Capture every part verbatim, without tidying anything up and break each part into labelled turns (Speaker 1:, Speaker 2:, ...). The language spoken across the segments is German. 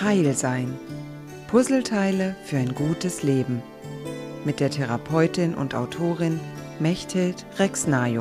Speaker 1: Heil sein. Puzzleteile für ein gutes Leben. Mit der Therapeutin und Autorin Mechthild Rex-Najuch.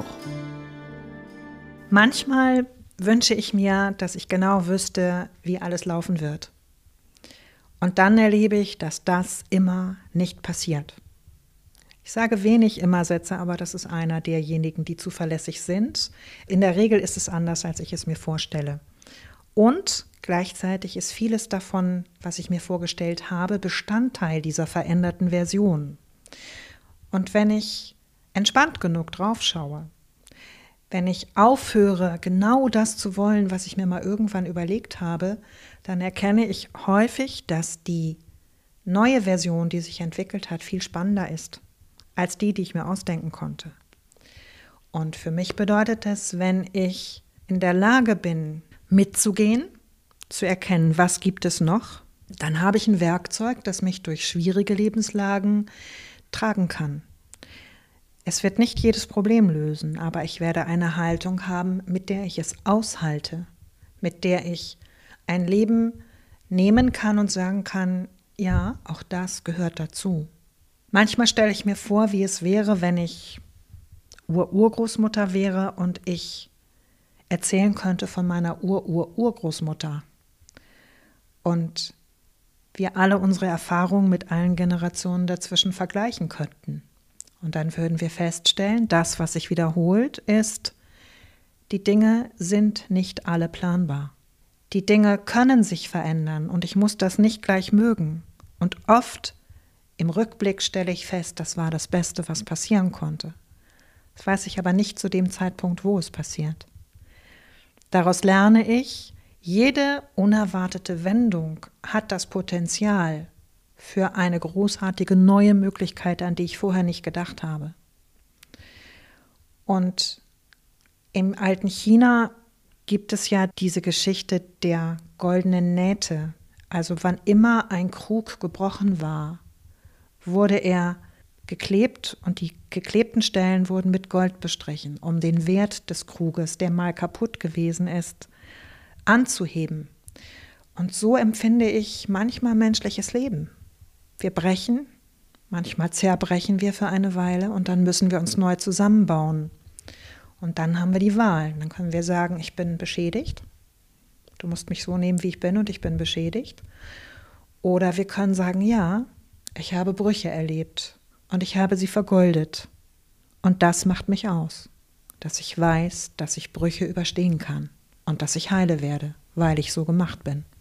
Speaker 2: Manchmal wünsche ich mir, dass ich genau wüsste, wie alles laufen wird. Und dann erlebe ich, dass das immer nicht passiert. Ich sage wenig Immer-Sätze, aber das ist einer derjenigen, die zuverlässig sind. In der Regel ist es anders, als ich es mir vorstelle. Und gleichzeitig ist vieles davon, was ich mir vorgestellt habe, Bestandteil dieser veränderten Version. Und wenn ich entspannt genug drauf schaue, wenn ich aufhöre, genau das zu wollen, was ich mir mal irgendwann überlegt habe, dann erkenne ich häufig, dass die neue Version, die sich entwickelt hat, viel spannender ist als die, die ich mir ausdenken konnte. Und für mich bedeutet es, wenn ich in der Lage bin, mitzugehen, zu erkennen, was gibt es noch, dann habe ich ein Werkzeug, das mich durch schwierige Lebenslagen tragen kann. Es wird nicht jedes Problem lösen, aber ich werde eine Haltung haben, mit der ich es aushalte, mit der ich ein Leben nehmen kann und sagen kann, ja, auch das gehört dazu. Manchmal stelle ich mir vor, wie es wäre, wenn ich Ur-Urgroßmutter wäre und ich erzählen könnte von meiner Ur-Ur-Urgroßmutter. Und wir alle unsere Erfahrungen mit allen Generationen dazwischen vergleichen könnten. Und dann würden wir feststellen, das, was sich wiederholt, ist, die Dinge sind nicht alle planbar. Die Dinge können sich verändern und ich muss das nicht gleich mögen. Und oft im Rückblick stelle ich fest, das war das Beste, was passieren konnte. Das weiß ich aber nicht zu dem Zeitpunkt, wo es passiert. Daraus lerne ich, jede unerwartete Wendung hat das Potenzial für eine großartige neue Möglichkeit, an die ich vorher nicht gedacht habe. Und im alten China gibt es ja diese Geschichte der goldenen Nähte. Also wann immer ein Krug gebrochen war, wurde er geklebt und die geklebten Stellen wurden mit Gold bestrichen, um den Wert des Kruges, der mal kaputt gewesen ist, anzuheben. Und so empfinde ich manchmal menschliches Leben. Wir brechen, manchmal zerbrechen wir für eine Weile und dann müssen wir uns neu zusammenbauen. Und dann haben wir die Wahl. Dann können wir sagen, ich bin beschädigt. Du musst mich so nehmen, wie ich bin und ich bin beschädigt. Oder wir können sagen, ja, ich habe Brüche erlebt und ich habe sie vergoldet. Und das macht mich aus, dass ich weiß, dass ich Brüche überstehen kann und dass ich heile werde, weil ich so gemacht bin.